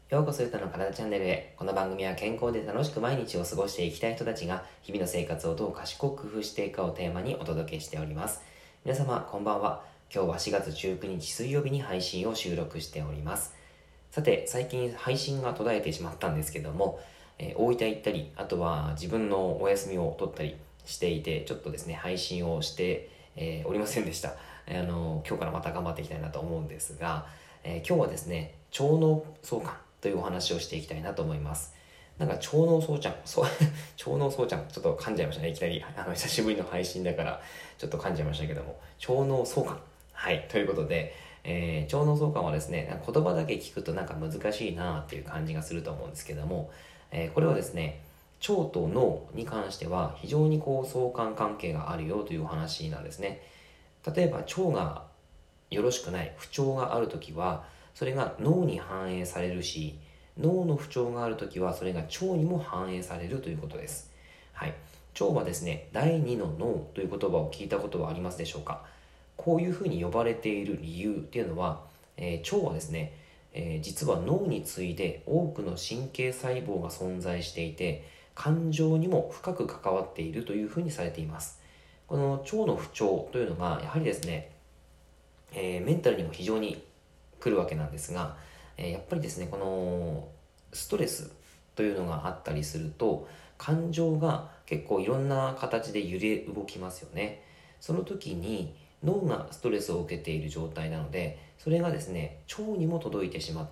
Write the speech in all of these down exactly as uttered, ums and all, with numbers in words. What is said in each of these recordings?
ようこそゆたの体チャンネルへ。この番組は健康で楽しく毎日を過ごしていきたい人たちが日々の生活をどう賢く工夫していくかをテーマにお届けしております。皆様こんばんは。今日はしがつじゅうくにち水曜日に配信を収録しております。さて、最近配信が途絶えてしまったんですけども、えー、大分行ったり、あとは自分のお休みを取ったりしていて、ちょっとですね配信をして、えー、おりませんでした。あの今日からまた頑張っていきたいなと思うんですが、えー、今日はですね腸脳相関というお話をしていきたいなと思います。なんか腸脳相関、そう腸脳相関、ちょっと噛んじゃいましたね。いきなりあの久しぶりの配信だからちょっと噛んじゃいましたけども、腸脳相関、はいということで、えー、腸脳相関はですね、言葉だけ聞くとなんか難しいなっていう感じがすると思うんですけども、えー、これはですね、腸と脳に関しては非常にこう相関関係があるよというお話なんですね。例えば腸がよろしくない、不調があるときはそれが脳に反映されるし、脳の不調があるときはそれが腸にも反映されるということです。はい、腸はですね、第二の脳という言葉を聞いたことはありますでしょうか。こういうふうに呼ばれている理由っていうのは、えー、腸はですね、えー、実は脳に次いで多くの神経細胞が存在していて、感情にも深く関わっているというふうにされています。この腸の不調というのがやはりですね、えー、メンタルにも非常に来るわけなんですが、えー、やっぱりですね、このストレスというのがあったりすると、感情が結構いろんな形で揺れ動きますよね。その時に脳がストレスを受けている状態なので、それがですね腸にも届いてしまって、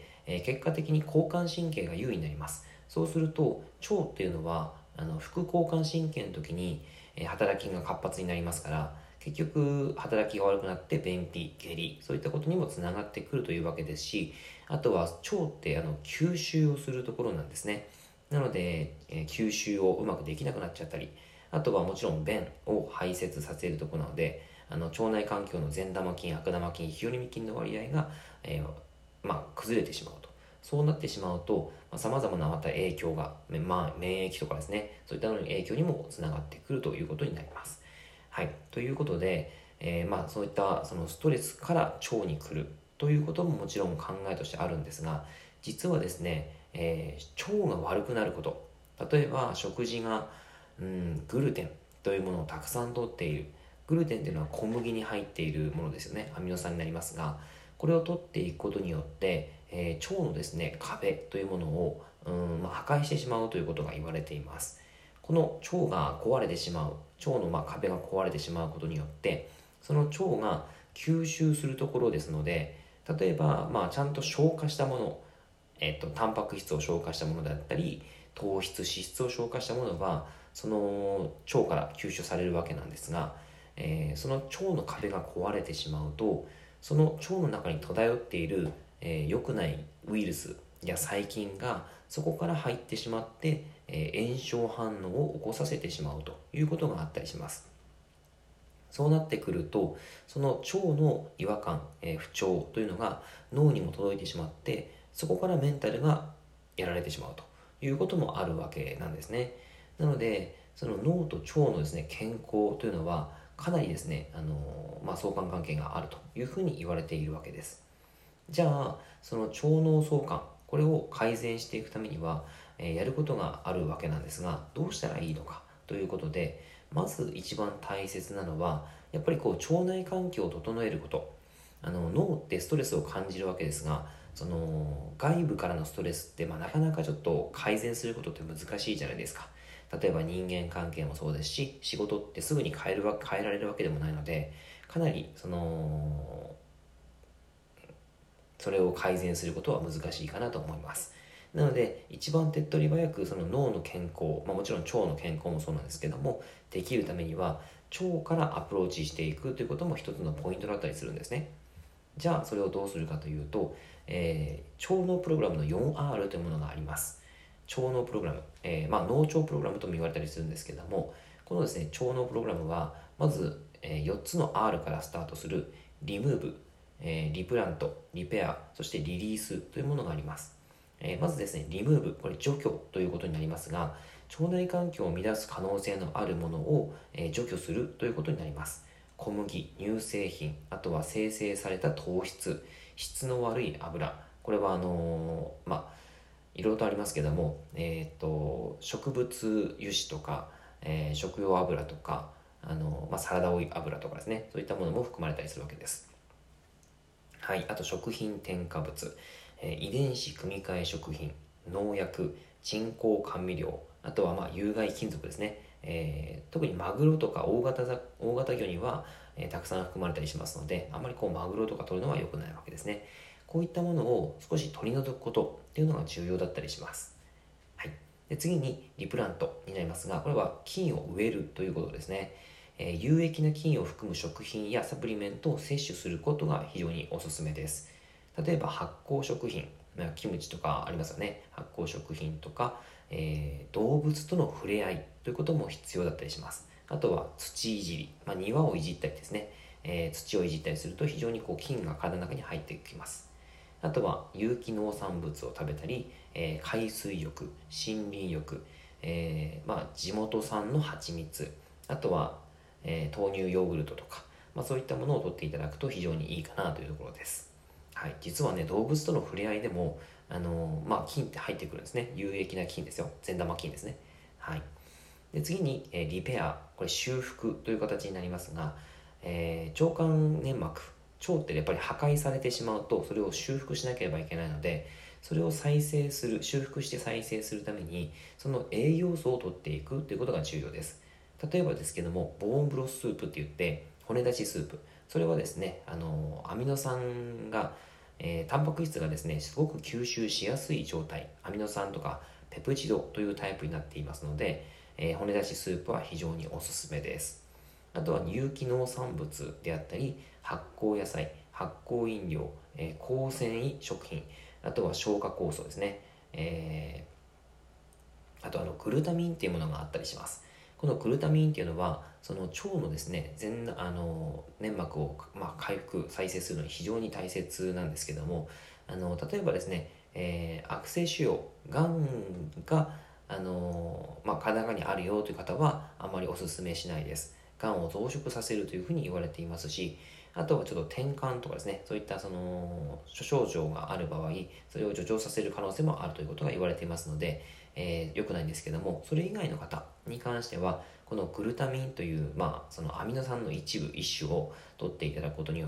えー、結果的に交感神経が優位になります。そうすると腸っていうのはあの副交感神経の時に、えー、働きが活発になりますから、結局働きが悪くなって便秘、下痢、そういったことにもつながってくるというわけですし、あとは腸ってあの吸収をするところなんですね。なので、えー、吸収をうまくできなくなっちゃったり、あとはもちろん便を排泄させるところなので、あの腸内環境の善玉菌、悪玉菌、日和見菌の割合が、えーまあ、崩れてしまうと。そうなってしまうと、さまざ、まなまた影響が、まあ、免疫とかですね、そういったのに影響にもつながってくるということになります。はい、ということで、えー、まあそういったそのストレスから腸に来るということももちろん考えとしてあるんですが、実はですね、えー、腸が悪くなること、例えば食事が、うん、グルテンというものをたくさん摂っている。グルテンというのは小麦に入っているものですよね。アミノ酸になりますが、これを取っていくことによって、えー、腸のですね壁というものを、うんまあ、破壊してしまうということが言われています。この腸が壊れてしまう、腸のまあ壁が壊れてしまうことによって、その腸が吸収するところですので、例えば、まあ、ちゃんと消化したもの、えっと、タンパク質を消化したものだったり、糖質、脂質を消化したものが、その腸から吸収されるわけなんですが、えー、その腸の壁が壊れてしまうと、その腸の中に漂っている、えー、良くないウイルスや細菌がそこから入ってしまって、えー、炎症反応を起こさせてしまうということがあったりします。そうなってくると、その腸の違和感、えー、不調というのが脳にも届いてしまって、そこからメンタルがやられてしまうということもあるわけなんですね。なので、その脳と腸のですね健康というのはかなりですね、あのーまあ、相関関係があるというふうに言われているわけです。じゃあ、その腸脳相関、これを改善していくためには、えーやることがあるわけなんですが、どうしたらいいのかということで、まず一番大切なのは、やっぱりこう腸内環境を整えること。あの脳ってストレスを感じるわけですが、その外部からのストレスって、まあ、なかなかちょっと改善することって難しいじゃないですか。例えば人間関係もそうですし、仕事ってすぐに変えるわ変えられるわけでもないので、かなりそのそれを改善することは難しいかなと思います。なので一番手っ取り早くその脳の健康、まあ、もちろん腸の健康もそうなんですけども、できるためには腸からアプローチしていくということも一つのポイントだったりするんですね。じゃあそれをどうするかというと、えー、腸脳プログラムの フォーアール というものがあります。腸脳プログラム、えーまあ、脳腸プログラムとも言われたりするんですけども、このですね腸脳プログラムはまず、えー、よっつの アール からスタートするリムーブ、えー、リプラント、リペア、そしてリリースというものがあります。えー、まずですね、リムーブ、これ除去ということになりますが、腸内環境を乱す可能性のあるものを、えー除去するということになります。小麦、乳製品、あとは精製された糖質、質の悪い油、 これはあのー、まあいろいろとありますけども、えー、と植物油脂とか、えー、食用油とか、あのまあ、サラダオイル油とかですね、そういったものも含まれたりするわけです。はい、あと食品添加物、えー、遺伝子組み換え食品、農薬、人工甘味料、あとはまあ有害金属ですね、えー、特にマグロとか大型ざ大型魚には、えー、たくさん含まれたりしますので、あまりこうマグロとか取るのは良くないわけですね。こういったものを少し取り除くことっていうのが重要だったりします。はい、で次にリプラントになりますが、これは菌を植えるということですね。えー、有益な菌を含む食品やサプリメントを摂取することが非常におすすめです。例えば発酵食品、キムチとかありますよね。発酵食品とか、えー、動物との触れ合いということも必要だったりします。あとは土いじり、まあ、庭をいじったりですね、えー、土をいじったりすると非常にこう菌が体の中に入ってきます。あとは有機農産物を食べたり、えー、海水浴、森林浴、えーまあ、地元産の蜂蜜、あとは、えー、豆乳ヨーグルトとか、まあ、そういったものを取っていただくと非常にいいかなというところです。はい、実はね、動物との触れ合いでも、あのーまあ、菌って入ってくるんですね。有益な菌ですよ。善玉菌ですね。はい、で次に、えー、リペア、これ修復という形になりますが、えー、腸管粘膜、腸ってやっぱり破壊されてしまうとそれを修復しなければいけないので、それを再生する修復して再生するためにその栄養素を取っていくということが重要です。例えばですけども、ボーンブロススープって言って骨出しスープ、それはですね、あのアミノ酸が、えー、タンパク質がですねすごく吸収しやすい状態、アミノ酸とかペプチドというタイプになっていますので、えー、骨出しスープは非常におすすめです。あとは有機農産物であったり、発酵野菜、発酵飲料、えー、高繊維食品、あとは消化酵素ですね、えー、あとあのグルタミンっていうものがあったりします。このグルタミンっていうのはその腸のですね全あの粘膜を、まあ、回復再生するのに非常に大切なんですけども、あの例えばですね、えー、悪性腫瘍、がんがあの、まあ、体の中にあるよという方はあまりおすすめしないです。がんを増殖させるというふうに言われていますし、あとはちょっと転換とかですね、そういったその諸症状がある場合、それを助長させる可能性もあるということが言われていますので、えー、良くないんですけども、それ以外の方に関してはこのグルタミンという、まあ、そのアミノ酸の一部一種を取っていただくことによって、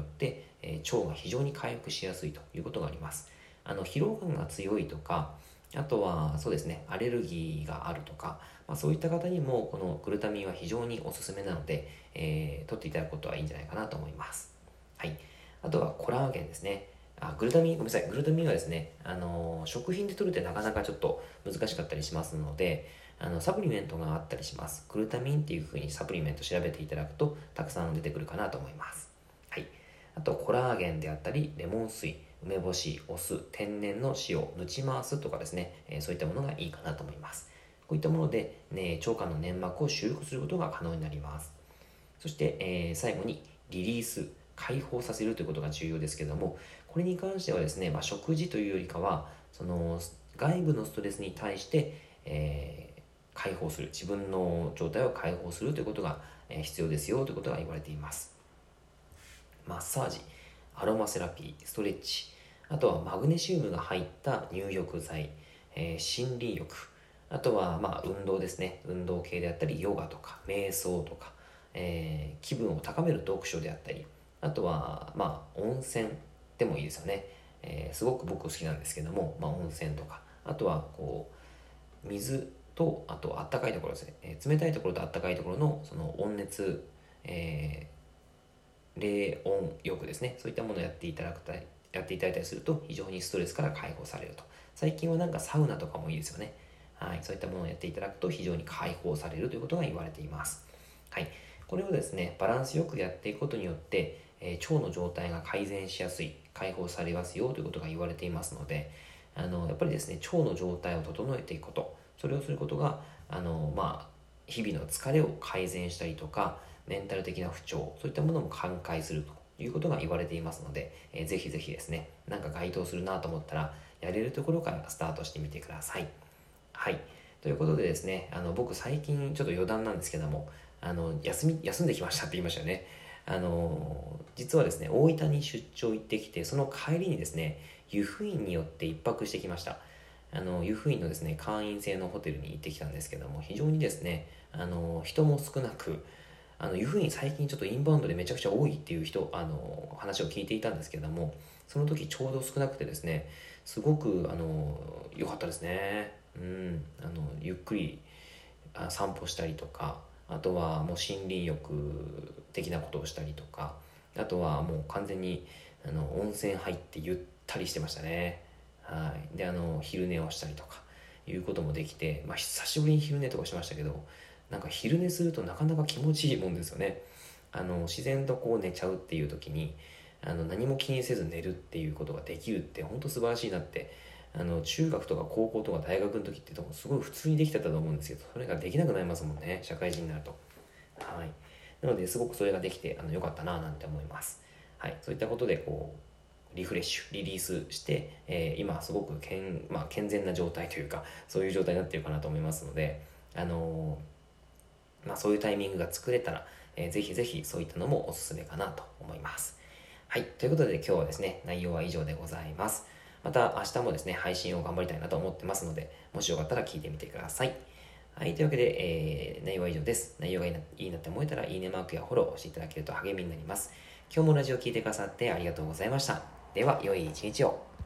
えー、腸が非常に回復しやすいということがあります。あの疲労感が強いとか、あとはそうですね、アレルギーがあるとか、まあ、そういった方にもこのグルタミンは非常におすすめなので、えー、取っていただくことはいいんじゃないかなと思います。はい、あとはコラーゲンですね。あグルタミン、ごめんなさい、グルタミンはですね、あの食品で取るってなかなかちょっと難しかったりしますので、あのサプリメントがあったりします。グルタミンっていうふうにサプリメント調べていただくとたくさん出てくるかなと思います。はい、あとコラーゲンであったり、レモン水、梅干し、お酢、天然の塩、ヌチマースとかですね、えー、そういったものがいいかなと思います。こういったもので、ね、腸管の粘膜を修復することが可能になります。そして、えー、最後にリリース、解放させるということが重要ですけども、これに関してはですね、まあ、食事というよりかはその外部のストレスに対して、えー、解放する、自分の状態を解放するということが、えー、必要ですよということが言われています。マッサージ、アロマセラピー、ストレッチ、あとはマグネシウムが入った入浴剤、えー、森林浴、あとはまあ運動ですね、運動系であったりヨガとか瞑想とか、えー、気分を高める読書であったり、あとはまあ温泉でもいいですよね、えー、すごく僕好きなんですけども、まあ、温泉とか、あとはこう水と、あとあったかいところですね、えー、冷たいところとあったかいところのその温熱、えー、冷温浴ですね、そういったものをやっていただくたやっていただいたりすると非常にストレスから解放されると。最近はなんかサウナとかもいいですよね。はい、そういったものをやっていただくと非常に解放されるということが言われています。はい、これをですねバランスよくやっていくことによって、えー、腸の状態が改善しやすい、解放されますよということが言われていますので、あのやっぱりですね腸の状態を整えていくこと、それをすることがあのまあ日々の疲れを改善したりとか、メンタル的な不調、そういったものも緩解するということが言われていますので、えー、ぜひぜひですね、なんか該当するなと思ったらやれるところからスタートしてみてください。はい、ということでですね、あの僕最近ちょっと余談なんですけども、あの休み休んできましたって言いましたよね。あの実はですね大分に出張行ってきて、その帰りにですね湯布院によって一泊してきました。あの湯布院のですね会員制のホテルに行ってきたんですけども、非常にですねあの人も少なく、あの湯布院最近ちょっとインバウンドでめちゃくちゃ多いっていう人あの話を聞いていたんですけども、その時ちょうど少なくてですね、すごくあの良かったですね。うん、あのゆっくりあ散歩したりとか、あとはもう森林浴的なことをしたりとか、あとはもう完全にあの温泉入ってゆったりしてましたね。はい。で、あの昼寝をしたりとかいうこともできて、まあ久しぶりに昼寝とかしましたけど、なんか昼寝するとなかなか気持ちいいもんですよね。あの自然とこう寝ちゃうっていう時に、あの何も気にせず寝るっていうことができるって本当素晴らしいなって、あの中学とか高校とか大学の時ってすごい普通にできてたと思うんですけど、それができなくなりますもんね、社会人になると。はい。なのですごくそれができてあの良かったななんて思います。はい。そういったことでこうリフレッシュリリースして、えー今すごく健、まあ、健全な状態というか、そういう状態になっているかなと思いますので、あのーまあ、そういうタイミングが作れたら、えーぜひぜひそういったのもおすすめかなと思います。はい。ということで今日はですね、内容は以上でございます。また明日もですね、配信を頑張りたいなと思ってますので、もしよかったら聞いてみてください。はい。というわけで、えー内容は以上です。内容がいいな、いいなって思えたら、いいねマークやフォローをしていただけると励みになります。今日もラジオを聞いてくださってありがとうございました。では、良い一日を。